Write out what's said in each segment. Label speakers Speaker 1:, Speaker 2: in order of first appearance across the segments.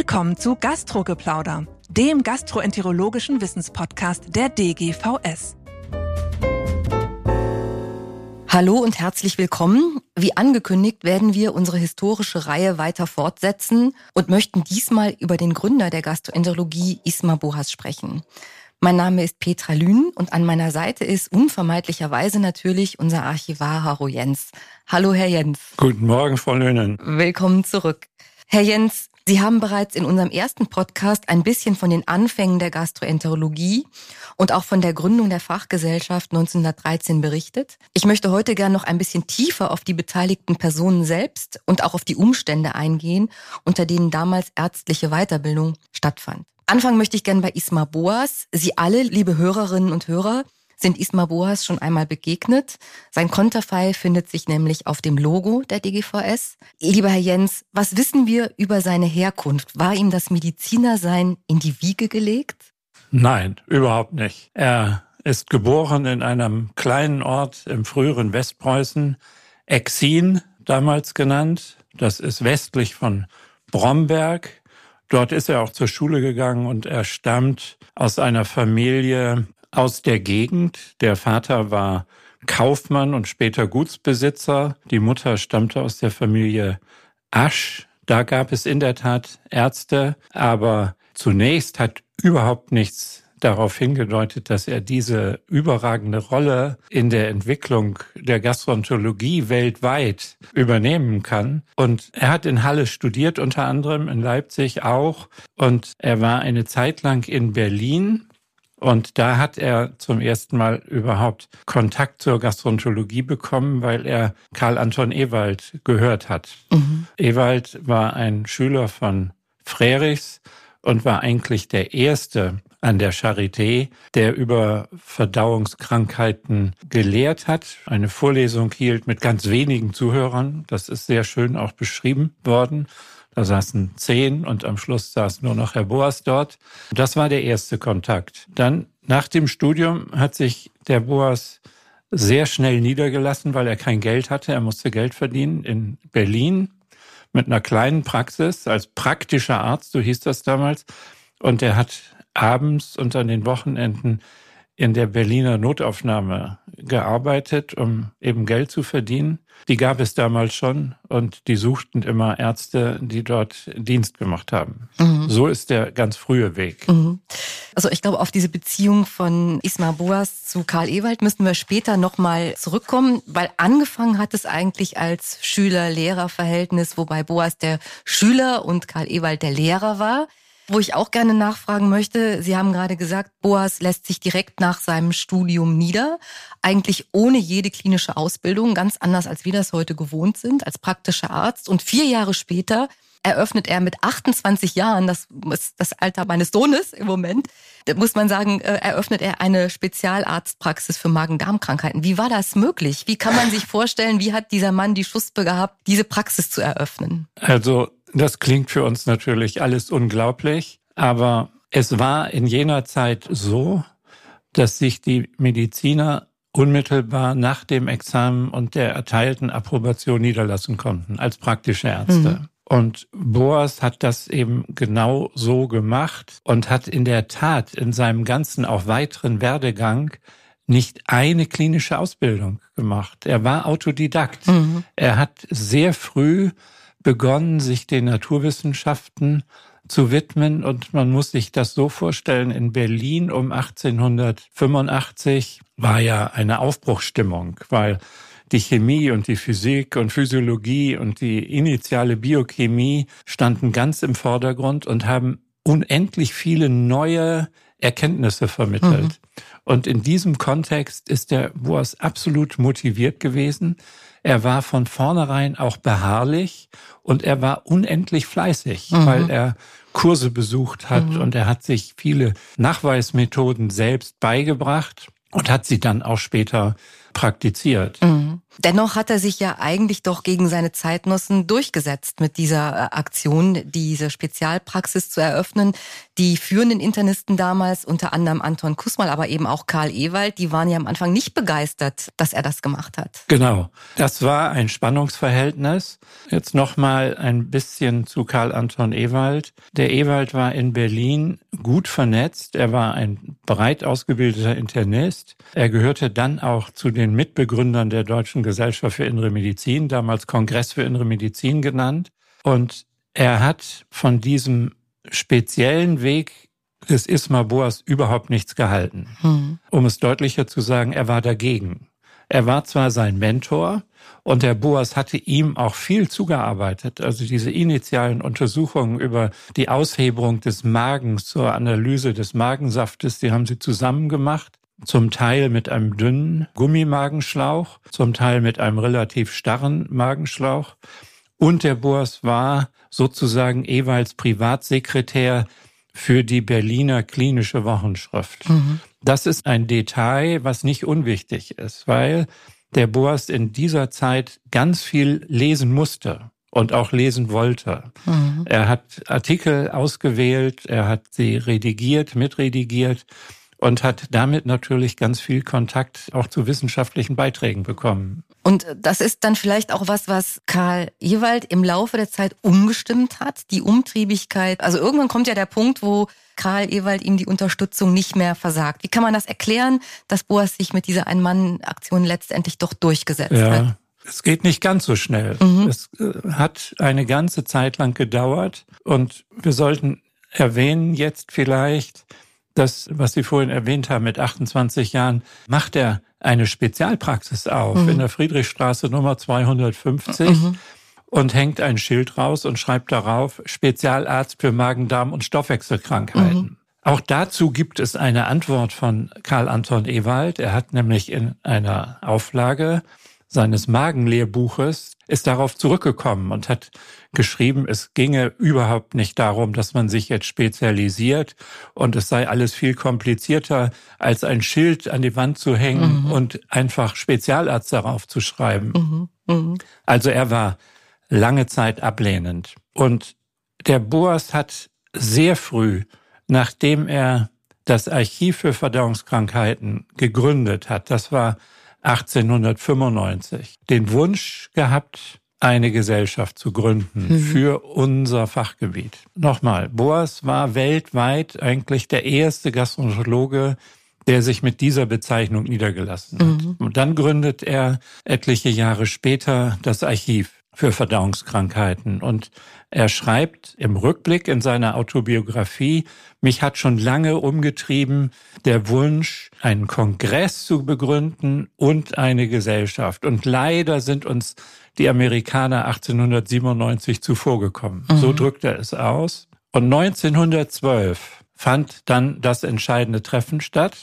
Speaker 1: Willkommen zu Gastrogeplauder, dem gastroenterologischen Wissenspodcast der DGVS.
Speaker 2: Hallo und herzlich willkommen. Wie angekündigt werden wir unsere historische Reihe weiter fortsetzen und möchten diesmal über den Gründer der Gastroenterologie, Ismar Boas, sprechen. Mein Name ist Petra Lühn und an meiner Seite ist unvermeidlicherweise natürlich unser Archivar Harro Jens. Hallo, Herr Jens.
Speaker 3: Guten Morgen, Frau Löhnen.
Speaker 2: Willkommen zurück. Herr Jens, Sie haben bereits in unserem ersten Podcast ein bisschen von den Anfängen der Gastroenterologie und auch von der Gründung der Fachgesellschaft 1913 berichtet. Ich möchte heute gerne noch ein bisschen tiefer auf die beteiligten Personen selbst und auch auf die Umstände eingehen, unter denen damals ärztliche Weiterbildung stattfand. Anfangen möchte ich gerne bei Ismar Boas. Sie alle, liebe Hörerinnen und Hörer, sind Ismar Boas schon einmal begegnet. Sein Konterfei findet sich nämlich auf dem Logo der DGVS. Lieber Herr Jens, was wissen wir über seine Herkunft? War ihm das Medizinersein in die Wiege gelegt?
Speaker 3: Nein, überhaupt nicht. Er ist geboren in einem kleinen Ort im früheren Westpreußen, Exin damals genannt. Das ist westlich von Bromberg. Dort ist er auch zur Schule gegangen und er stammt aus einer Familie aus der Gegend. Der Vater war Kaufmann und später Gutsbesitzer. Die Mutter stammte aus der Familie Asch. Da gab es in der Tat Ärzte, aber zunächst hat überhaupt nichts darauf hingedeutet, dass er diese überragende Rolle in der Entwicklung der Gastroenterologie weltweit übernehmen kann. Und er hat in Halle studiert, unter anderem in Leipzig auch. Und er war eine Zeit lang in Berlin. Und da hat er zum ersten Mal überhaupt Kontakt zur Gastroenterologie bekommen, weil er Karl Anton Ewald gehört hat. Ewald war ein Schüler von Frerichs und war eigentlich der Erste an der Charité, der über Verdauungskrankheiten gelehrt hat, eine Vorlesung hielt mit ganz wenigen Zuhörern. Das ist sehr schön auch beschrieben worden. Da saßen 10 und am Schluss saß nur noch Herr Boas dort. Das war der erste Kontakt. Dann nach dem Studium hat sich der Boas sehr schnell niedergelassen, weil er kein Geld hatte. Er musste Geld verdienen in Berlin mit einer kleinen Praxis als praktischer Arzt, so hieß das damals. Und er hat abends und an den Wochenenden in der Berliner Notaufnahme gearbeitet, um eben Geld zu verdienen. Die gab es damals schon und die suchten immer Ärzte, die dort Dienst gemacht haben. So ist der ganz frühe Weg.
Speaker 2: Also ich glaube, auf diese Beziehung von Ismar Boas zu Karl Ewald müssen wir später nochmal zurückkommen, weil angefangen hat es eigentlich als Schüler-Lehrer-Verhältnis, wobei Boas der Schüler und Karl Ewald der Lehrer war. Wo ich auch gerne nachfragen möchte, Sie haben gerade gesagt, Boas lässt sich direkt nach seinem Studium nieder, eigentlich ohne jede klinische Ausbildung, ganz anders als wir das heute gewohnt sind, als praktischer Arzt. Und 4 Jahre später eröffnet er mit 28 Jahren, das ist das Alter meines Sohnes im Moment, da muss man sagen, eröffnet er eine Spezialarztpraxis für Magen-Darm-Krankheiten. Wie war das möglich? Wie kann man sich vorstellen, wie hat dieser Mann die Schuspe gehabt, diese Praxis zu eröffnen?
Speaker 3: Also das klingt für uns natürlich alles unglaublich, aber es war in jener Zeit so, dass sich die Mediziner unmittelbar nach dem Examen und der erteilten Approbation niederlassen konnten als praktische Ärzte. Und Boas hat das eben genau so gemacht und hat in der Tat in seinem ganzen auch weiteren Werdegang nicht eine klinische Ausbildung gemacht. Er war Autodidakt. Er hat sehr früh begonnen, sich den Naturwissenschaften zu widmen. Und man muss sich das so vorstellen, in Berlin um 1885 war ja eine Aufbruchsstimmung, weil die Chemie und die Physik und Physiologie und die initiale Biochemie standen ganz im Vordergrund und haben unendlich viele neue Erkenntnisse vermittelt. Und in diesem Kontext ist der Boas absolut motiviert gewesen. Er war von vornherein auch beharrlich und er war unendlich fleißig, weil er Kurse besucht hat und er hat sich viele Nachweismethoden selbst beigebracht und hat sie dann auch später praktiziert.
Speaker 2: Dennoch hat er sich ja eigentlich doch gegen seine Zeitgenossen durchgesetzt mit dieser Aktion, diese Spezialpraxis zu eröffnen. Die führenden Internisten damals, unter anderem Anton Kußmal, aber eben auch Karl Ewald, die waren ja am Anfang nicht begeistert, dass er das gemacht hat.
Speaker 3: Genau, das war ein Spannungsverhältnis. Jetzt nochmal ein bisschen zu Karl Anton Ewald. Der Ewald war in Berlin gut vernetzt. Er war ein breit ausgebildeter Internist. Er gehörte dann auch zu den Mitbegründern der Deutschen Gesellschaft für Innere Medizin, damals Kongress für Innere Medizin genannt. Und er hat von diesem speziellen Weg des Ismar Boas überhaupt nichts gehalten. Um es deutlicher zu sagen, er war dagegen. Er war zwar sein Mentor und der Boas hatte ihm auch viel zugearbeitet. Also diese initialen Untersuchungen über die Aushebung des Magens zur Analyse des Magensaftes, die haben sie zusammen gemacht. Zum Teil mit einem dünnen Gummimagenschlauch, zum Teil mit einem relativ starren Magenschlauch. Und der Boas war sozusagen Ewalds Privatsekretär für die Berliner Klinische Wochenschrift. Das ist ein Detail, was nicht unwichtig ist, weil der Boas in dieser Zeit ganz viel lesen musste und auch lesen wollte. Er hat Artikel ausgewählt, er hat sie redigiert, mitredigiert und hat damit natürlich ganz viel Kontakt auch zu wissenschaftlichen Beiträgen bekommen.
Speaker 2: Und das ist dann vielleicht auch was Karl Ewald im Laufe der Zeit umgestimmt hat, die Umtriebigkeit. Also irgendwann kommt ja der Punkt, wo Karl Ewald ihm die Unterstützung nicht mehr versagt. Wie kann man das erklären, dass Boas sich mit dieser Ein-Mann-Aktion letztendlich doch durchgesetzt hat?
Speaker 3: Es geht nicht ganz so schnell. Es hat eine ganze Zeit lang gedauert und wir sollten erwähnen jetzt vielleicht, das, was Sie vorhin erwähnt haben, mit 28 Jahren macht er eine Spezialpraxis auf in der Friedrichstraße Nummer 250 und hängt ein Schild raus und schreibt darauf Spezialarzt für Magen-Darm- und Stoffwechselkrankheiten. Auch dazu gibt es eine Antwort von Karl Anton Ewald. Er hat nämlich in einer Auflage seines Magenlehrbuches ist darauf zurückgekommen und hat geschrieben, es ginge überhaupt nicht darum, dass man sich jetzt spezialisiert und es sei alles viel komplizierter, als ein Schild an die Wand zu hängen und einfach Spezialarzt darauf zu schreiben. Also er war lange Zeit ablehnend. Und der Boas hat sehr früh, nachdem er das Archiv für Verdauungskrankheiten gegründet hat, das war 1895, den Wunsch gehabt, eine Gesellschaft zu gründen für unser Fachgebiet. Nochmal, Boas war weltweit eigentlich der erste Gastroenterologe, der sich mit dieser Bezeichnung niedergelassen hat. Und dann gründet er etliche Jahre später das Archiv für Verdauungskrankheiten. Und er schreibt im Rückblick in seiner Autobiografie, mich hat schon lange umgetrieben der Wunsch, einen Kongress zu begründen und eine Gesellschaft. Und leider sind uns die Amerikaner 1897 zuvorgekommen. So drückt er es aus. Und 1912 fand dann das entscheidende Treffen statt.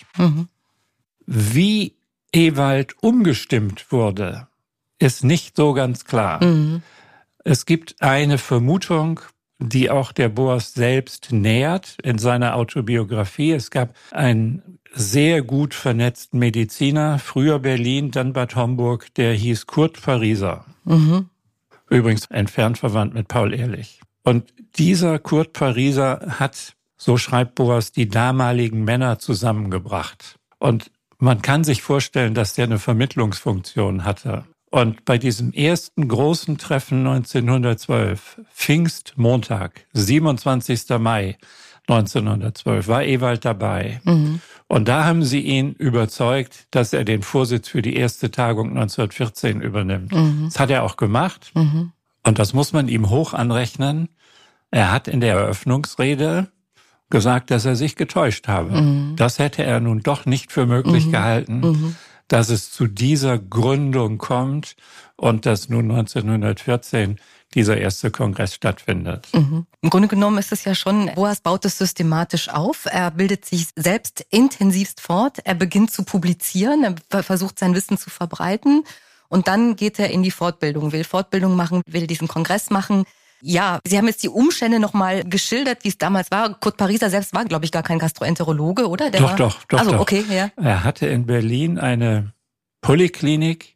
Speaker 3: Wie Ewald umgestimmt wurde, ist nicht so ganz klar. Es gibt eine Vermutung, die auch der Boas selbst nähert in seiner Autobiografie. Es gab einen sehr gut vernetzten Mediziner, früher Berlin, dann Bad Homburg, der hieß Kurt Pariser. Übrigens entfernt verwandt mit Paul Ehrlich. Und dieser Kurt Pariser hat, so schreibt Boas, die damaligen Männer zusammengebracht. Und man kann sich vorstellen, dass der eine Vermittlungsfunktion hatte. Und bei diesem ersten großen Treffen 1912, Pfingstmontag, 27. Mai 1912, war Ewald dabei. Und da haben sie ihn überzeugt, dass er den Vorsitz für die erste Tagung 1914 übernimmt. Das hat er auch gemacht. Und das muss man ihm hoch anrechnen. Er hat in der Eröffnungsrede gesagt, dass er sich getäuscht habe. Das hätte er nun doch nicht für möglich gehalten, dass es zu dieser Gründung kommt und dass nun 1914 dieser erste Kongress stattfindet.
Speaker 2: Im Grunde genommen ist es ja schon, Boas baut es systematisch auf. Er bildet sich selbst intensivst fort. Er beginnt zu publizieren. Er versucht, sein Wissen zu verbreiten. Und dann geht er in die Fortbildung, will Fortbildung machen, will diesen Kongress machen. Ja, Sie haben jetzt die Umstände nochmal geschildert, wie es damals war. Kurt Pariser selbst war, glaube ich, gar kein Gastroenterologe, oder?
Speaker 3: Doch.
Speaker 2: Also, okay, ja.
Speaker 3: Er hatte in Berlin eine Poliklinik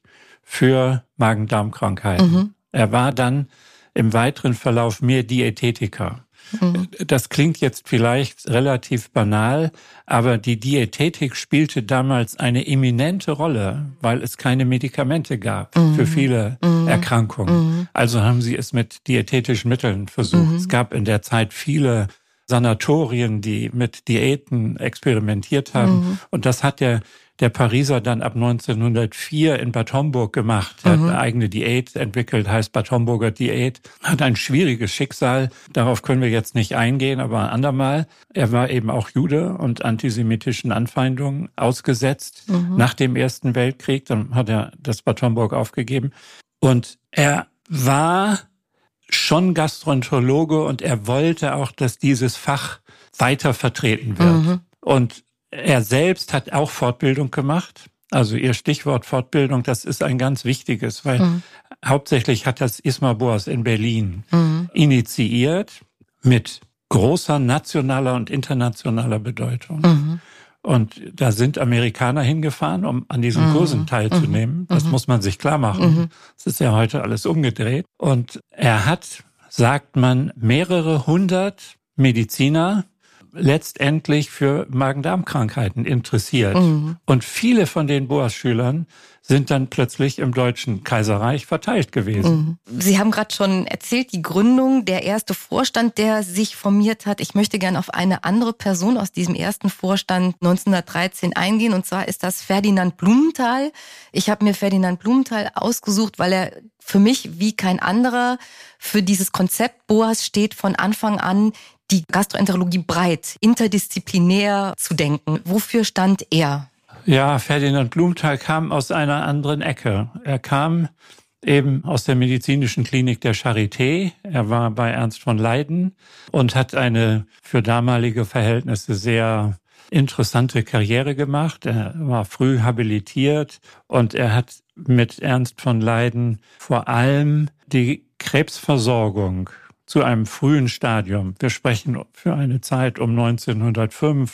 Speaker 3: für Magen-Darm-Krankheiten. Er war dann im weiteren Verlauf mehr Diätetiker. Das klingt jetzt vielleicht relativ banal, aber die Diätetik spielte damals eine eminente Rolle, weil es keine Medikamente gab für viele Erkrankungen. Also haben sie es mit diätetischen Mitteln versucht. Es gab in der Zeit viele Sanatorien, die mit Diäten experimentiert haben. Und das hat der Pariser dann ab 1904 in Bad Homburg gemacht. Er hat eine eigene Diät entwickelt, heißt Bad Homburger Diät. Hat ein schwieriges Schicksal. Darauf können wir jetzt nicht eingehen, aber ein andermal. Er war eben auch Jude und antisemitischen Anfeindungen ausgesetzt nach dem Ersten Weltkrieg. Dann hat er das Bad Homburg aufgegeben. Und er war schon Gastroenterologe und er wollte auch, dass dieses Fach weiter vertreten wird. Und er selbst hat auch Fortbildung gemacht. Also Ihr Stichwort Fortbildung, das ist ein ganz wichtiges, weil hauptsächlich hat das Ismar Boas in Berlin initiiert mit großer nationaler und internationaler Bedeutung. Und da sind Amerikaner hingefahren, um an diesen Kursen teilzunehmen. Das muss man sich klar machen. Das ist ja heute alles umgedreht. Und er hat, sagt man, mehrere hundert Mediziner letztendlich für Magen-Darm-Krankheiten interessiert. Und viele von den Boas-Schülern sind dann plötzlich im Deutschen Kaiserreich verteilt gewesen.
Speaker 2: Sie haben gerade schon erzählt, die Gründung, der erste Vorstand, der sich formiert hat. Ich möchte gerne auf eine andere Person aus diesem ersten Vorstand 1913 eingehen, und zwar ist das Ferdinand Blumenthal. Ich habe mir Ferdinand Blumenthal ausgesucht, weil er für mich wie kein anderer für dieses Konzept Boas steht, von Anfang an die Gastroenterologie breit, interdisziplinär zu denken. Wofür stand er?
Speaker 3: Ja, Ferdinand Blumenthal kam aus einer anderen Ecke. Er kam eben aus der medizinischen Klinik der Charité. Er war bei Ernst von Leyden und hat eine für damalige Verhältnisse sehr interessante Karriere gemacht. Er war früh habilitiert und er hat mit Ernst von Leyden vor allem die Krebsversorgung zu einem frühen Stadium, wir sprechen für eine Zeit um 1905,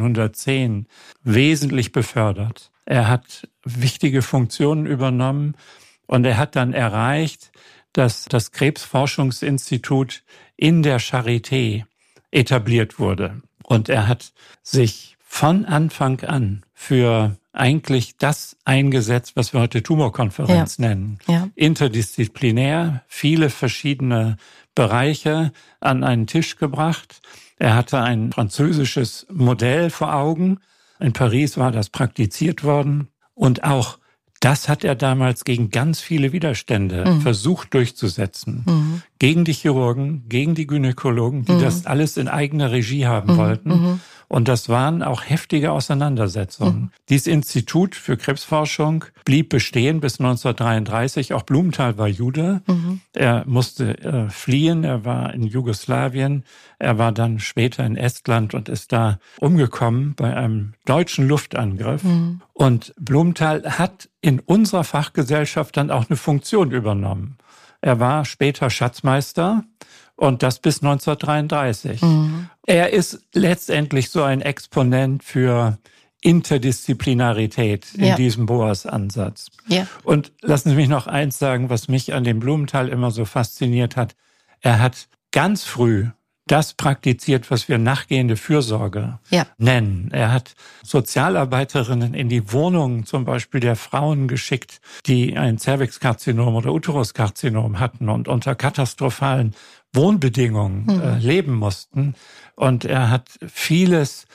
Speaker 3: 1910, wesentlich befördert. Er hat wichtige Funktionen übernommen und er hat dann erreicht, dass das Krebsforschungsinstitut in der Charité etabliert wurde. Und er hat sich von Anfang an für eigentlich das eingesetzt, was wir heute Tumorkonferenz nennen. Interdisziplinär, viele verschiedene Bereiche an einen Tisch gebracht. Er hatte ein französisches Modell vor Augen. In Paris war das praktiziert worden. Und auch das hat er damals gegen ganz viele Widerstände versucht durchzusetzen. Gegen die Chirurgen, gegen die Gynäkologen, die das alles in eigener Regie haben wollten. Und das waren auch heftige Auseinandersetzungen. Dieses Institut für Krebsforschung blieb bestehen bis 1933. Auch Blumenthal war Jude. Er musste fliehen. Er war in Jugoslawien. Er war dann später in Estland und ist da umgekommen bei einem deutschen Luftangriff. Und Blumenthal hat in unserer Fachgesellschaft dann auch eine Funktion übernommen. Er war später Schatzmeister und das bis 1933. Er ist letztendlich so ein Exponent für Interdisziplinarität in diesem Boas-Ansatz. Und lassen Sie mich noch eins sagen, was mich an dem Blumenthal immer so fasziniert hat. Er hat ganz früh das praktiziert, was wir nachgehende Fürsorge nennen. Er hat Sozialarbeiterinnen in die Wohnungen zum Beispiel der Frauen geschickt, die ein Cervixkarzinom oder Uteruskarzinom hatten und unter katastrophalen Wohnbedingungen leben mussten. Und er hat vieles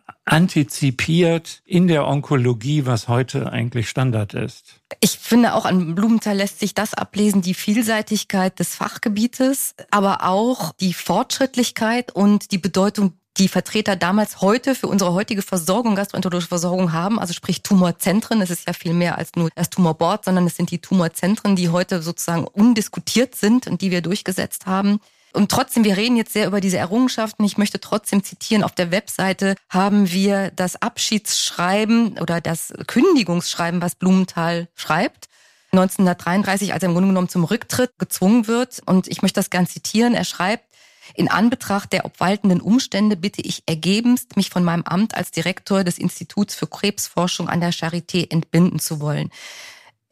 Speaker 3: antizipiert in der Onkologie, was heute eigentlich Standard ist.
Speaker 2: Ich finde, auch an Blumenthal lässt sich das ablesen, die Vielseitigkeit des Fachgebietes, aber auch die Fortschrittlichkeit und die Bedeutung, die Vertreter damals heute für unsere heutige Versorgung, gastroenterologische Versorgung haben, also sprich Tumorzentren. Es ist ja viel mehr als nur das Tumorboard, sondern es sind die Tumorzentren, die heute sozusagen undiskutiert sind und die wir durchgesetzt haben. Und trotzdem, wir reden jetzt sehr über diese Errungenschaften. Ich möchte trotzdem zitieren, auf der Webseite haben wir das Abschiedsschreiben oder das Kündigungsschreiben, was Blumenthal schreibt, 1933, als er im Grunde genommen zum Rücktritt gezwungen wird. Und ich möchte das gern zitieren. Er schreibt: In Anbetracht der obwaltenden Umstände bitte ich ergebenst, mich von meinem Amt als Direktor des Instituts für Krebsforschung an der Charité entbinden zu wollen.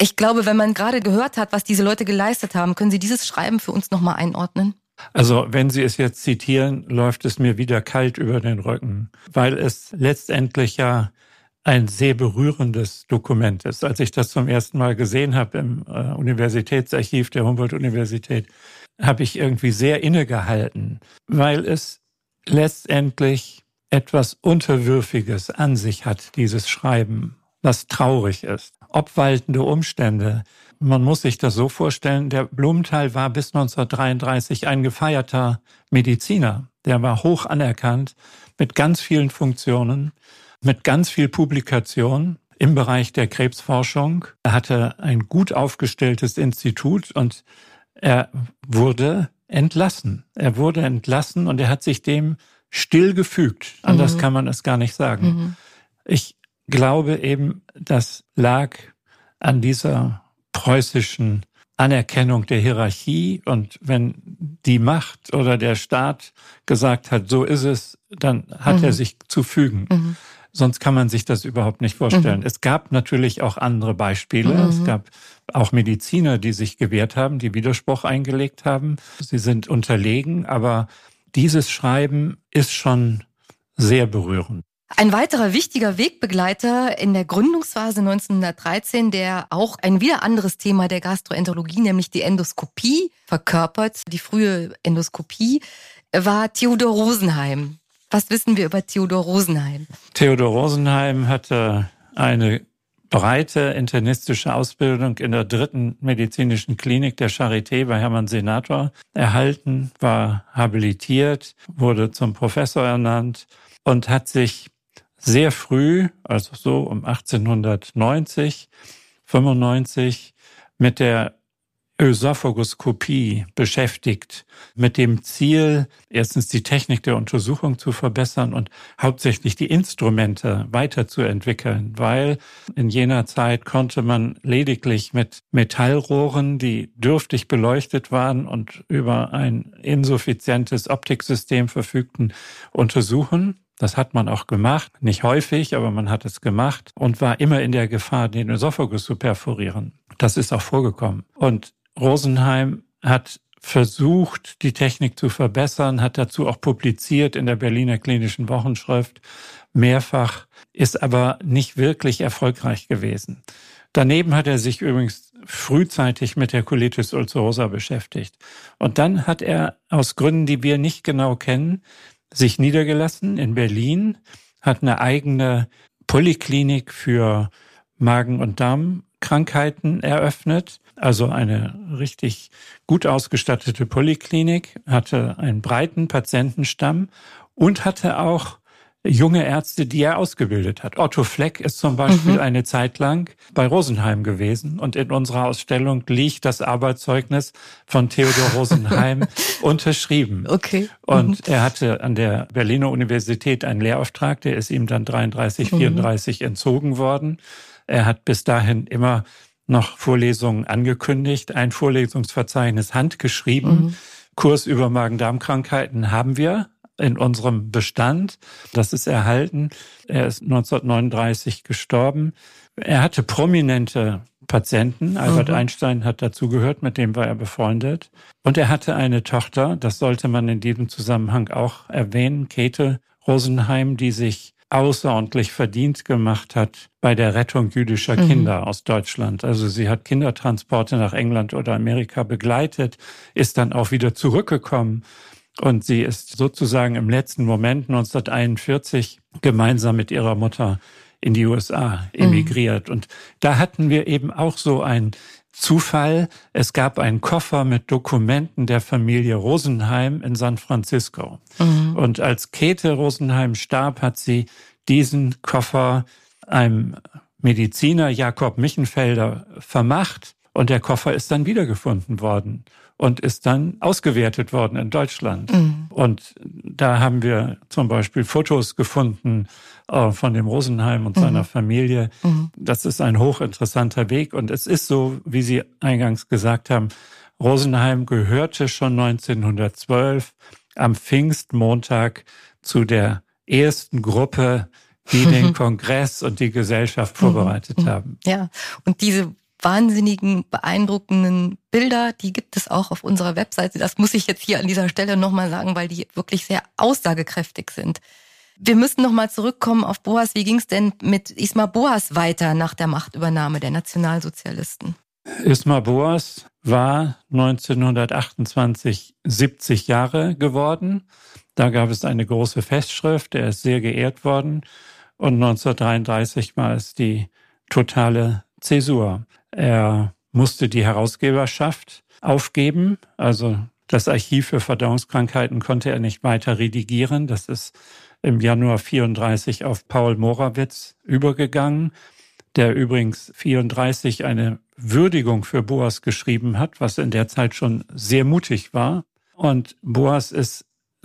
Speaker 2: Ich glaube, wenn man gerade gehört hat, was diese Leute geleistet haben, können Sie dieses Schreiben für uns nochmal einordnen?
Speaker 3: Also wenn Sie es jetzt zitieren, läuft es mir wieder kalt über den Rücken, weil es letztendlich ja ein sehr berührendes Dokument ist. Als ich das zum ersten Mal gesehen habe im Universitätsarchiv der Humboldt-Universität, habe ich irgendwie sehr innegehalten, weil es letztendlich etwas Unterwürfiges an sich hat, dieses Schreiben, was traurig ist. Obwaltende Umstände. Man muss sich das so vorstellen, der Blumenthal war bis 1933 ein gefeierter Mediziner. Der war hoch anerkannt mit ganz vielen Funktionen, mit ganz viel Publikation im Bereich der Krebsforschung. Er hatte ein gut aufgestelltes Institut und er wurde entlassen. Er wurde entlassen und er hat sich dem still gefügt. Anders kann man es gar nicht sagen. Ich glaube eben, das lag an dieser preußischen Anerkennung der Hierarchie. Und wenn die Macht oder der Staat gesagt hat, so ist es, dann hat er sich zu fügen. Sonst kann man sich das überhaupt nicht vorstellen. Es gab natürlich auch andere Beispiele. Es gab auch Mediziner, die sich gewehrt haben, die Widerspruch eingelegt haben. Sie sind unterlegen, aber dieses Schreiben ist schon sehr berührend.
Speaker 2: Ein weiterer wichtiger Wegbegleiter in der Gründungsphase 1913, der auch ein wieder anderes Thema der Gastroenterologie, nämlich die Endoskopie verkörpert, die frühe Endoskopie, war Theodor Rosenheim. Was wissen wir über Theodor Rosenheim?
Speaker 3: Theodor Rosenheim hatte eine breite internistische Ausbildung in der 3. medizinischen Klinik der Charité bei Hermann Senator erhalten, war habilitiert, wurde zum Professor ernannt und hat sich sehr früh, also so um 1890, 95, mit der Ösophagoskopie beschäftigt, mit dem Ziel, erstens die Technik der Untersuchung zu verbessern und hauptsächlich die Instrumente weiterzuentwickeln, weil in jener Zeit konnte man lediglich mit Metallrohren, die dürftig beleuchtet waren und über ein insuffizientes Optiksystem verfügten, untersuchen. Das hat man auch gemacht, nicht häufig, aber man hat es gemacht und war immer in der Gefahr, den Ösophagus zu perforieren. Das ist auch vorgekommen. Und Rosenheim hat versucht, die Technik zu verbessern, hat dazu auch publiziert in der Berliner Klinischen Wochenschrift mehrfach, ist aber nicht wirklich erfolgreich gewesen. Daneben hat er sich übrigens frühzeitig mit der Colitis ulcerosa beschäftigt. Und dann hat er aus Gründen, die wir nicht genau kennen, sich niedergelassen in Berlin, hat eine eigene Poliklinik für Magen- und Darmkrankheiten eröffnet, also eine richtig gut ausgestattete Poliklinik, hatte einen breiten Patientenstamm und hatte auch junge Ärzte, die er ausgebildet hat. Otto Fleck ist zum Beispiel eine Zeit lang bei Rosenheim gewesen und in unserer Ausstellung liegt das Arbeitszeugnis von Theodor Rosenheim unterschrieben.
Speaker 2: Okay.
Speaker 3: Und er hatte an der Berliner Universität einen Lehrauftrag, der ist ihm dann 33, 34 entzogen worden. Er hat bis dahin immer noch Vorlesungen angekündigt, ein Vorlesungsverzeichnis handgeschrieben. Kurs über Magen-Darm-Krankheiten haben wir in unserem Bestand. Das ist erhalten. Er ist 1939 gestorben. Er hatte prominente Patienten. Albert Einstein hat dazugehört, mit dem war er befreundet. Und er hatte eine Tochter, das sollte man in diesem Zusammenhang auch erwähnen, Käthe Rosenheim, die sich außerordentlich verdient gemacht hat bei der Rettung jüdischer Kinder aus Deutschland. Also sie hat Kindertransporte nach England oder Amerika begleitet, ist dann auch wieder zurückgekommen. Und sie ist sozusagen im letzten Moment 1941 gemeinsam mit ihrer Mutter in die USA emigriert. Und da hatten wir eben auch so einen Zufall. Es gab einen Koffer mit Dokumenten der Familie Rosenheim in San Francisco. Und als Käthe Rosenheim starb, hat sie diesen Koffer einem Mediziner, Jakob Michenfelder, vermacht. Und der Koffer ist dann wiedergefunden worden und ist dann ausgewertet worden in Deutschland. Und da haben wir zum Beispiel Fotos gefunden von dem Rosenheim und seiner Familie. Das ist ein hochinteressanter Weg. Und es ist so, wie Sie eingangs gesagt haben, Rosenheim gehörte schon 1912 am Pfingstmontag zu der ersten Gruppe, die den Kongress und die Gesellschaft vorbereitet haben.
Speaker 2: Ja, und diese wahnsinnigen, beeindruckenden Bilder, die gibt es auch auf unserer Webseite. Das muss ich jetzt hier an dieser Stelle nochmal sagen, weil die wirklich sehr aussagekräftig sind. Wir müssen nochmal zurückkommen auf Boas. Wie ging es denn mit Ismar Boas weiter nach der Machtübernahme der Nationalsozialisten?
Speaker 3: Ismar Boas war 1928 70 Jahre geworden. Da gab es eine große Festschrift, er ist sehr geehrt worden. Und 1933 war es die totale Zäsur. Er musste die Herausgeberschaft aufgeben. Also das Archiv für Verdauungskrankheiten konnte er nicht weiter redigieren. Das ist im Januar 34 auf Paul Morawitz übergegangen, der übrigens 34 eine Würdigung für Boas geschrieben hat, was in der Zeit schon sehr mutig war. Und Boas ist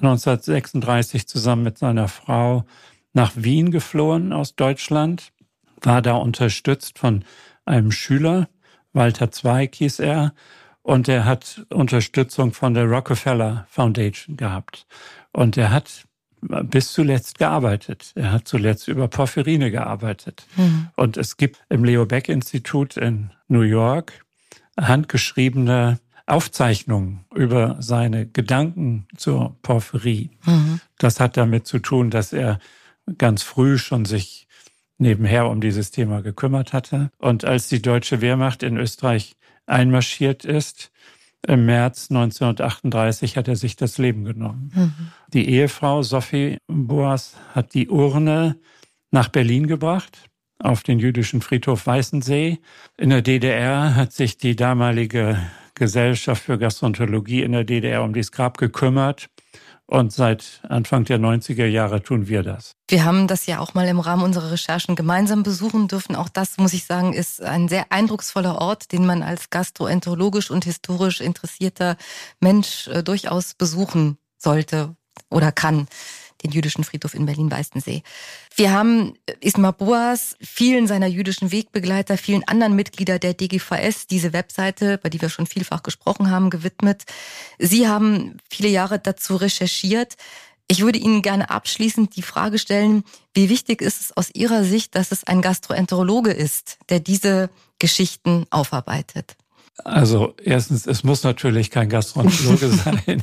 Speaker 3: 1936 zusammen mit seiner Frau nach Wien geflohen aus Deutschland, war da unterstützt von einem Schüler, Walter Zweig hieß er, und er hat Unterstützung von der Rockefeller Foundation gehabt. Und er hat bis zuletzt gearbeitet. Er hat zuletzt über Porphyrine gearbeitet. Und es gibt im Leo Baeck Institut in New York handgeschriebene Aufzeichnungen über seine Gedanken zur Porphyrie. Das hat damit zu tun, dass er ganz früh schon sich nebenher um dieses Thema gekümmert hatte. Und als die deutsche Wehrmacht in Österreich einmarschiert ist, im März 1938 hat er sich das Leben genommen. Die Ehefrau Sophie Boas hat die Urne nach Berlin gebracht, auf den jüdischen Friedhof Weißensee. In der DDR hat sich die damalige Gesellschaft für Gastroenterologie in der DDR um dieses Grab gekümmert. Und seit Anfang der 90er Jahre tun wir das.
Speaker 2: Wir haben das ja auch mal im Rahmen unserer Recherchen gemeinsam besuchen dürfen. Auch das, muss ich sagen, ist ein sehr eindrucksvoller Ort, den man als gastroenterologisch und historisch interessierter Mensch durchaus besuchen sollte oder kann. Den jüdischen Friedhof in Berlin-Weißensee. Wir haben Ismar Boas, vielen seiner jüdischen Wegbegleiter, vielen anderen Mitgliedern der DGVS, diese Webseite, bei der wir schon vielfach gesprochen haben, gewidmet. Sie haben viele Jahre dazu recherchiert. Ich würde Ihnen gerne abschließend die Frage stellen, wie wichtig ist es aus Ihrer Sicht, dass es ein Gastroenterologe ist, der diese Geschichten aufarbeitet?
Speaker 3: Also erstens, es muss natürlich kein Gastroenterologe sein.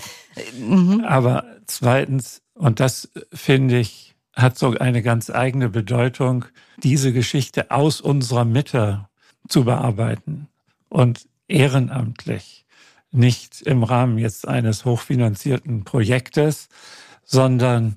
Speaker 3: Aber zweitens, und das finde ich, hat so eine ganz eigene Bedeutung, diese Geschichte aus unserer Mitte zu bearbeiten und ehrenamtlich, nicht im Rahmen jetzt eines hochfinanzierten Projektes, sondern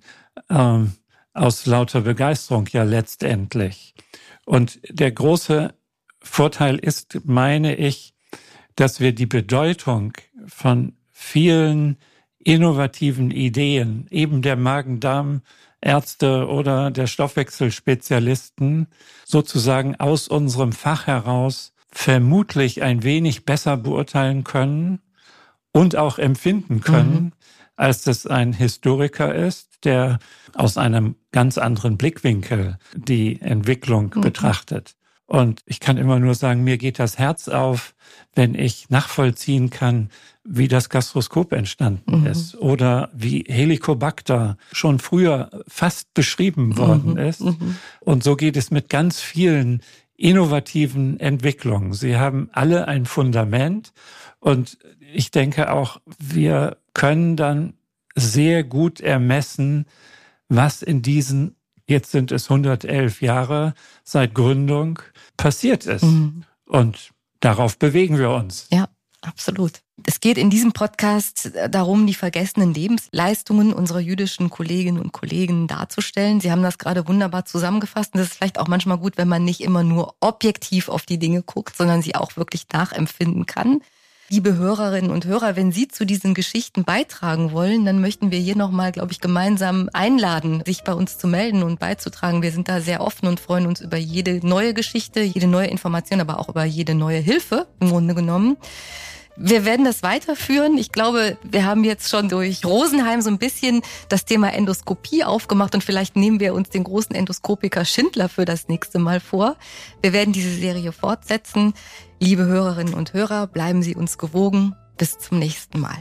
Speaker 3: aus lauter Begeisterung ja letztendlich. Und der große Vorteil ist, meine ich, dass wir die Bedeutung von vielen innovativen Ideen, eben der Magen-Darm-Ärzte oder der Stoffwechselspezialisten, sozusagen aus unserem Fach heraus vermutlich ein wenig besser beurteilen können und auch empfinden können, als das ein Historiker ist, der aus einem ganz anderen Blickwinkel die Entwicklung betrachtet. Und ich kann immer nur sagen, mir geht das Herz auf, wenn ich nachvollziehen kann, wie das Gastroskop entstanden ist oder wie Helicobacter schon früher fast beschrieben worden ist. Und so geht es mit ganz vielen innovativen Entwicklungen. Sie haben alle ein Fundament und ich denke auch, wir können dann sehr gut ermessen, was in diesen, jetzt sind es 111 Jahre seit Gründung, passiert ist. Und darauf bewegen wir uns.
Speaker 2: Ja, absolut. Es geht in diesem Podcast darum, die vergessenen Lebensleistungen unserer jüdischen Kolleginnen und Kollegen darzustellen. Sie haben das gerade wunderbar zusammengefasst. Und das ist vielleicht auch manchmal gut, wenn man nicht immer nur objektiv auf die Dinge guckt, sondern sie auch wirklich nachempfinden kann. Liebe Hörerinnen und Hörer, wenn Sie zu diesen Geschichten beitragen wollen, dann möchten wir hier nochmal, glaube ich, gemeinsam einladen, sich bei uns zu melden und beizutragen. Wir sind da sehr offen und freuen uns über jede neue Geschichte, jede neue Information, aber auch über jede neue Hilfe im Grunde genommen. Wir werden das weiterführen. Ich glaube, wir haben jetzt schon durch Rosenheim so ein bisschen das Thema Endoskopie aufgemacht und vielleicht nehmen wir uns den großen Endoskopiker Schindler für das nächste Mal vor. Wir werden diese Serie fortsetzen. Liebe Hörerinnen und Hörer, bleiben Sie uns gewogen. Bis zum nächsten Mal.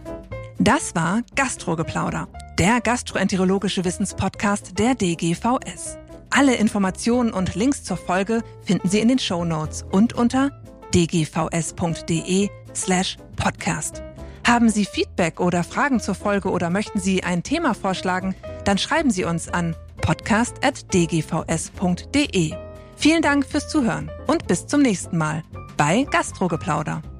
Speaker 1: Das war Gastrogeplauder, der gastroenterologische Wissenspodcast der DGVS. Alle Informationen und Links zur Folge finden Sie in den Shownotes und unter dgvs.de/podcast. Haben Sie Feedback oder Fragen zur Folge oder möchten Sie ein Thema vorschlagen? Dann schreiben Sie uns an podcast@dgvs.de. Vielen Dank fürs Zuhören und bis zum nächsten Mal bei Gastrogeplauder.